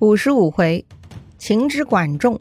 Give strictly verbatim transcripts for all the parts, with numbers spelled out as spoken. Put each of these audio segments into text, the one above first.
五十五回，秦之管仲。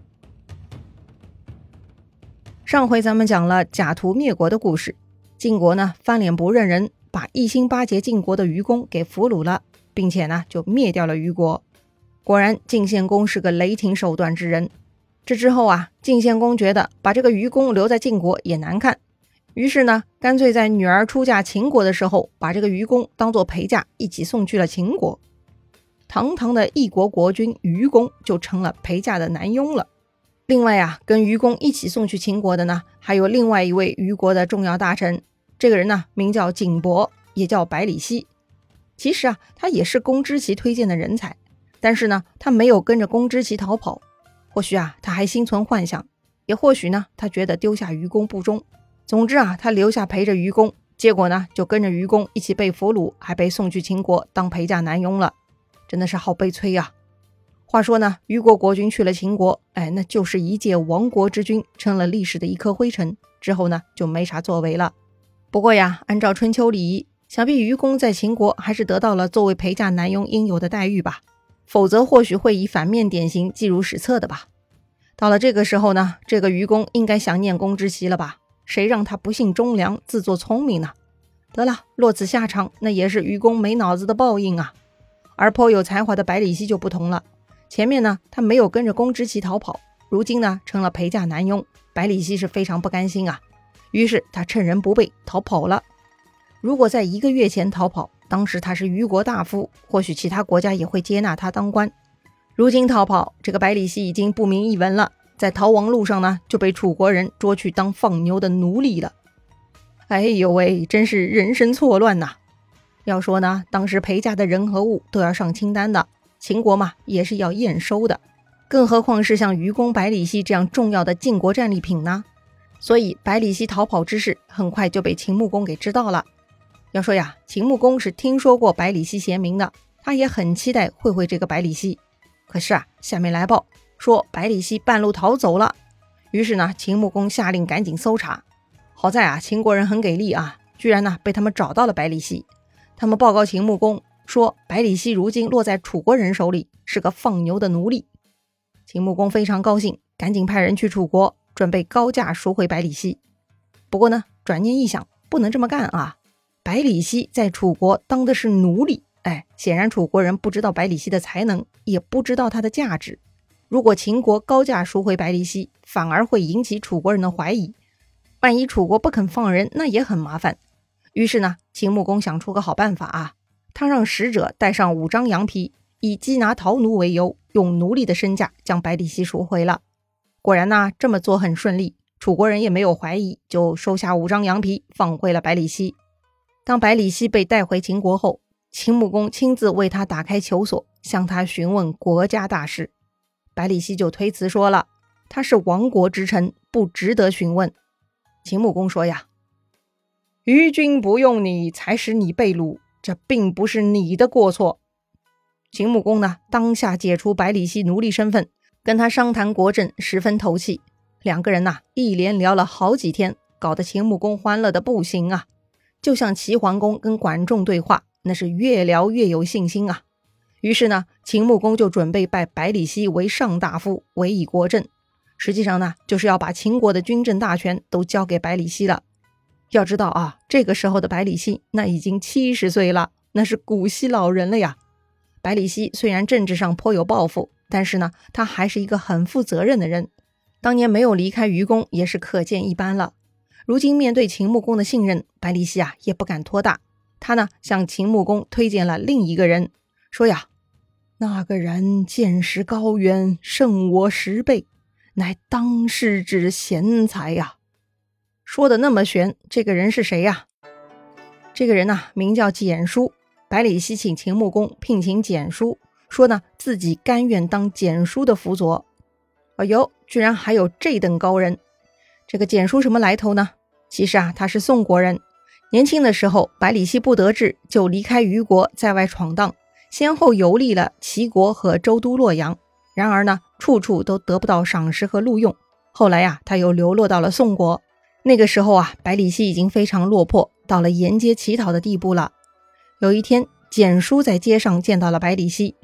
上回咱们讲了假途灭国的故事，晋国呢翻脸不认人，把一心巴结晋国的愚公给俘虏了，并且呢就灭掉了虞国。果然晋献公是个雷霆手段之人。这之后啊，晋献公觉得把这个愚公留在晋国也难看，于是呢干脆在女儿出嫁秦国的时候，把这个愚公当作陪嫁一起送去了秦国。堂堂的一国国君愚公就成了陪嫁的男佣了。另外啊，跟愚公一起送去秦国的呢，还有另外一位虞国的重要大臣，这个人呢名叫景伯，也叫百里奚。其实啊，他也是公之奇推荐的人才，但是呢，他没有跟着公之奇逃跑。或许啊，他还心存幻想，也或许呢，他觉得丢下愚公不忠。总之啊，他留下陪着愚公，结果呢，就跟着愚公一起被俘虏，还被送去秦国当陪嫁男佣了。真的是好悲催啊。话说呢，虞国国君去了秦国，哎，那就是一介亡国之君，成了历史的一颗灰尘，之后呢就没啥作为了。不过呀，按照春秋礼仪，想必愚公在秦国还是得到了作为陪嫁男佣应有的待遇吧，否则或许会以反面典型记入史册的吧。到了这个时候呢，这个愚公应该想念公之奇了吧，谁让他不信忠良，自作聪明呢？得了，落此下场，那也是愚公没脑子的报应啊。而颇有才华的百里奚就不同了，前面呢他没有跟着公之奇逃跑，如今呢成了陪嫁男佣，百里奚是非常不甘心啊，于是他趁人不备逃跑了。如果在一个月前逃跑，当时他是虞国大夫，或许其他国家也会接纳他当官。如今逃跑，这个百里奚已经不明一文了，在逃亡路上呢就被楚国人捉去当放牛的奴隶了。哎呦喂，真是人生错乱呐。要说呢，当时陪嫁的人和物都要上清单的，秦国嘛也是要验收的，更何况是像愚公、百里奚这样重要的晋国战利品呢？所以百里奚逃跑之事很快就被秦穆公给知道了。要说呀，秦穆公是听说过百里奚贤明的，他也很期待会会这个百里奚。可是啊，下面来报说百里奚半路逃走了，于是呢，秦穆公下令赶紧搜查。好在啊，秦国人很给力啊，居然呢被他们找到了百里奚。他们报告秦穆公说，百里奚如今落在楚国人手里，是个放牛的奴隶。秦穆公非常高兴，赶紧派人去楚国，准备高价赎回百里奚。不过呢，转念一想，不能这么干啊！百里奚在楚国当的是奴隶，哎，显然楚国人不知道百里奚的才能，也不知道他的价值。如果秦国高价赎回百里奚，反而会引起楚国人的怀疑。万一楚国不肯放人，那也很麻烦。于是呢，秦穆公想出个好办法啊，他让使者带上五张羊皮，以缉拿逃奴为由，用奴隶的身价将百里奚赎回了。果然呢，这么做很顺利，楚国人也没有怀疑，就收下五张羊皮，放回了百里奚。当百里奚被带回秦国后，秦穆公亲自为他打开囚所，向他询问国家大事。百里奚就推辞说了，他是亡国之臣，不值得询问。秦穆公说呀，愚君不用你才使你被掳，这并不是你的过错。秦穆公呢，当下解除百里奚奴隶身份，跟他商谈国政，十分投契。两个人呐、啊，一连聊了好几天，搞得秦穆公欢乐的不行啊，就像齐桓公跟管仲对话，那是越聊越有信心啊。于是呢，秦穆公就准备拜百里奚为上大夫，委以国政。实际上呢，就是要把秦国的军政大权都交给百里奚了。要知道啊，这个时候的百里奚那已经七十岁了，那是古稀老人了呀。百里奚虽然政治上颇有抱负，但是呢，他还是一个很负责任的人。当年没有离开愚公也是可见一斑了。如今面对秦穆公的信任，百里奚啊也不敢托大。他呢向秦穆公推荐了另一个人，说呀，那个人见识高远，胜我十倍，乃当世之贤才呀。说的那么玄，这个人是谁呀？这个人呢、啊、名叫蹇叔。百里奚请秦穆公聘请蹇叔，说呢自己甘愿当蹇叔的辅佐。哎呦，居然还有这等高人。这个蹇叔什么来头呢？其实啊他是宋国人。年轻的时候，百里奚不得志，就离开虞国在外闯荡，先后游历了齐国和州都洛阳。然而呢处处都得不到赏识和录用。后来呀、啊、他又流落到了宋国。那个时候啊，百里奚已经非常落魄，到了沿街乞讨的地步了。有一天，蹇叔在街上见到了百里奚，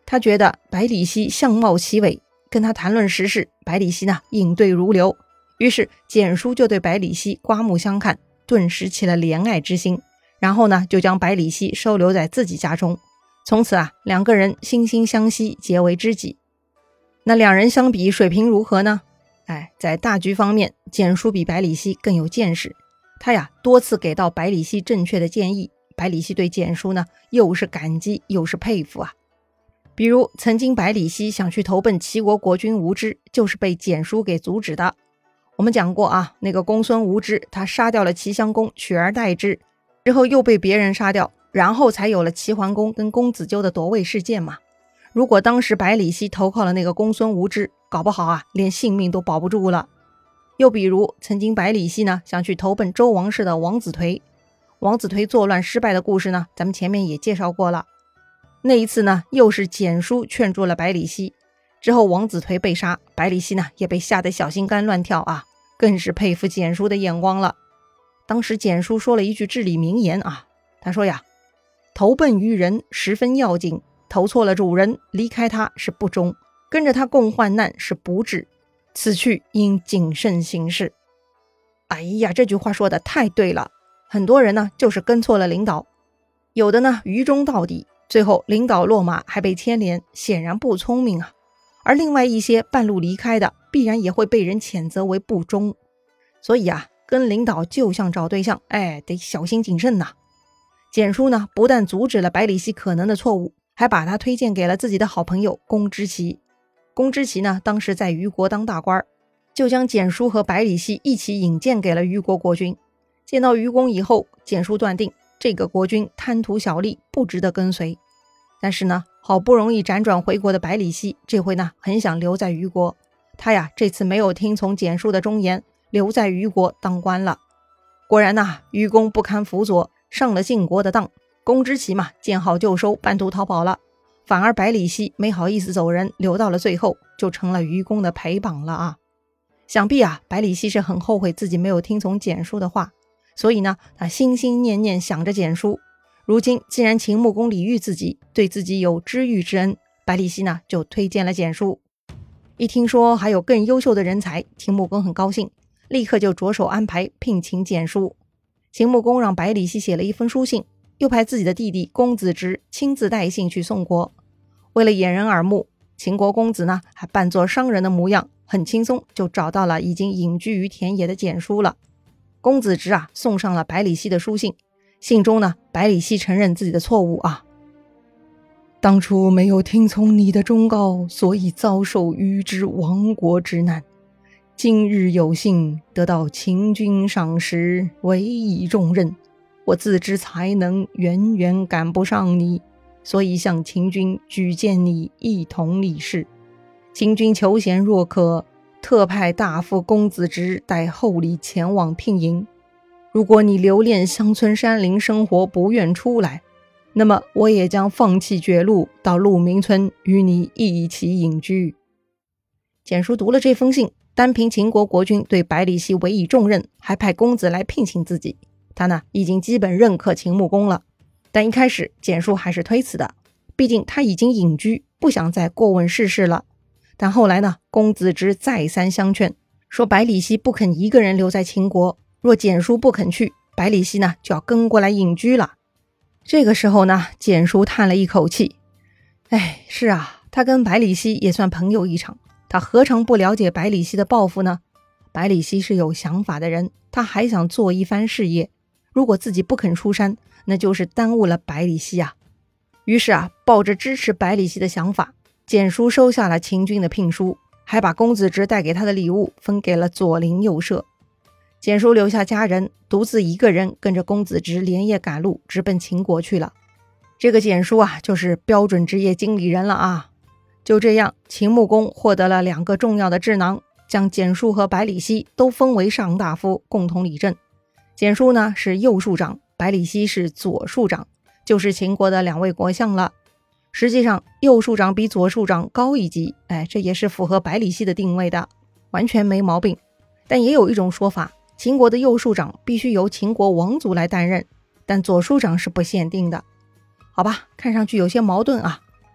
他觉得百里奚相貌奇伟，跟他谈论时事，百里奚呢应对如流，于是简书就对百里奚刮目相看，顿时起了怜爱之心，然后呢就将百里奚收留在自己家中。从此啊，两个人惺惺相惜，结为知己。那两人相比水平如何呢？哎，在大局方面，简书比百里奚更有见识，他呀多次给到百里奚正确的建议，百里奚对简书呢又是感激又是佩服啊。比如曾经百里奚想去投奔齐国国君吴之，就是被简书给阻止的。我们讲过啊，那个公孙无知他杀掉了齐襄公，取而代之，之后又被别人杀掉，然后才有了齐桓公跟公子纠的夺位事件嘛。如果当时百里奚投靠了那个公孙无知，搞不好啊连性命都保不住了。又比如曾经百里奚呢想去投奔周王室的王子颓，王子颓作乱失败的故事呢咱们前面也介绍过了。那一次呢又是简书劝住了百里奚，之后王子颓被杀，百里奚呢也被吓得小心肝乱跳啊，更是佩服简书的眼光了。当时简书说了一句至理名言啊，他说呀，投奔于人十分要紧，投错了主人，离开他是不忠，跟着他共患难是不智，此去应谨慎行事。哎呀，这句话说的太对了，很多人呢就是跟错了领导，有的呢愚忠到底，最后领导落马还被牵连，显然不聪明啊。而另外一些半路离开的，必然也会被人谴责为不忠。所以啊，跟领导就像找对象，哎，得小心谨慎呐。简书呢不但阻止了百里奚可能的错误，还把他推荐给了自己的好朋友公之奇。公之奇呢当时在虞国当大官，就将简书和百里奚一起引荐给了虞国国君。见到虞公以后，简书断定这个国君贪图小利，不值得跟随。但是呢，好不容易辗转回国的百里奚，这回呢很想留在虞国。他呀这次没有听从简书的忠言，留在虞国当官了。果然呐，虞公不堪辅佐，上了晋国的当。公之奇嘛，见好就收，半途逃跑了。反而百里奚没好意思走人，留到了最后，就成了虞公的陪绑了啊。想必啊，百里奚是很后悔自己没有听从简书的话，所以呢，他心心念念想着简书。如今既然秦穆公礼遇自己，对自己有知遇之恩，百里奚呢就推荐了简书。一听说还有更优秀的人才，秦穆公很高兴，立刻就着手安排聘请简书。秦穆公让百里奚写了一封书信，又派自己的弟弟公子直亲自带信去送国。为了掩人耳目，秦国公子呢还扮作商人的模样，很轻松就找到了已经隐居于田野的简书了。公子直啊送上了百里奚的书信，信中呢百里奚承认自己的错误啊，当初没有听从你的忠告，所以遭受虞之亡国之难。今日有幸得到秦军赏识，委以重任，我自知才能远远赶不上你，所以向秦军举荐你一同立事。秦军求贤若渴，特派大夫公子直带厚礼前往聘迎。如果你留恋乡村山林生活，不愿出来，那么我也将放弃绝路，到鹿鸣村与你一起隐居。简书读了这封信，单凭秦国国君对百里奚委以重任，还派公子来聘请自己，他呢已经基本认可秦穆公了。但一开始简书还是推辞的，毕竟他已经隐居，不想再过问世事了。但后来呢，公子直再三相劝，说百里奚不肯一个人留在秦国，若简书不肯去，百里奚呢就要跟过来隐居了。这个时候呢，简书叹了一口气，哎，是啊，他跟百里奚也算朋友一场，他何尝不了解百里奚的抱负呢？百里奚是有想法的人，他还想做一番事业，如果自己不肯出山，那就是耽误了百里奚啊。于是啊，抱着支持百里奚的想法，简书收下了秦军的聘书，还把公子直带给他的礼物分给了左邻右舍。简书留下家人，独自一个人跟着公子直连夜赶路，直奔秦国去了。这个简书啊，就是标准职业经理人了啊。就这样，秦穆公获得了两个重要的智囊，将简书和百里奚都封为上大夫，共同理政。简书呢是右庶长，百里奚是左庶长，就是秦国的两位国相了。实际上右庶长比左庶长高一级，哎，这也是符合百里奚的定位的，完全没毛病。但也有一种说法，秦国的右庶长必须由秦国王族来担任，但左庶长是不限定的。好吧，看上去有些矛盾啊。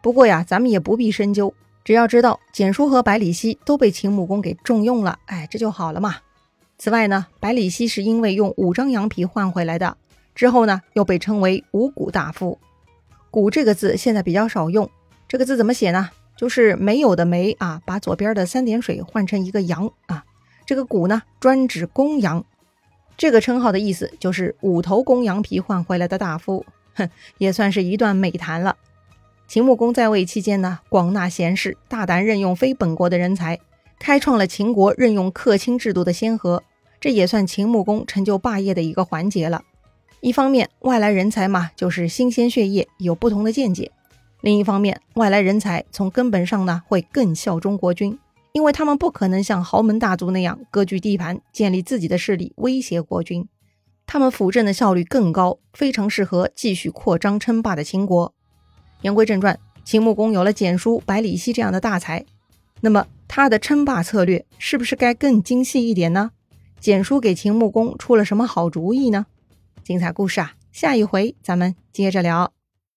不过呀，咱们也不必深究，只要知道简书和百里奚都被秦穆公给重用了，哎，这就好了嘛。此外呢，百里奚是因为用五张羊皮换回来的，之后呢又被称为五谷大夫。谷这个字现在比较少用，这个字怎么写呢？就是没有的没啊，把左边的三点水换成一个羊啊。这个谷呢专指公羊，这个称号的意思就是五头公羊皮换回来的大夫，哼，也算是一段美谈了。秦穆公在位期间呢，广纳贤士，大胆任用非本国的人才，开创了秦国任用客卿制度的先河，这也算秦穆公成就霸业的一个环节了。一方面，外来人才嘛，就是新鲜血液，有不同的见解；另一方面，外来人才从根本上呢，会更效忠国君，因为他们不可能像豪门大族那样割据地盘，建立自己的势力，威胁国君。他们辅政的效率更高，非常适合继续扩张称霸的秦国。言归正传，秦穆公有了简书、百里奚这样的大才，那么他的称霸策略是不是该更精细一点呢？简书给秦穆公出了什么好主意呢？精彩故事啊，下一回咱们接着聊。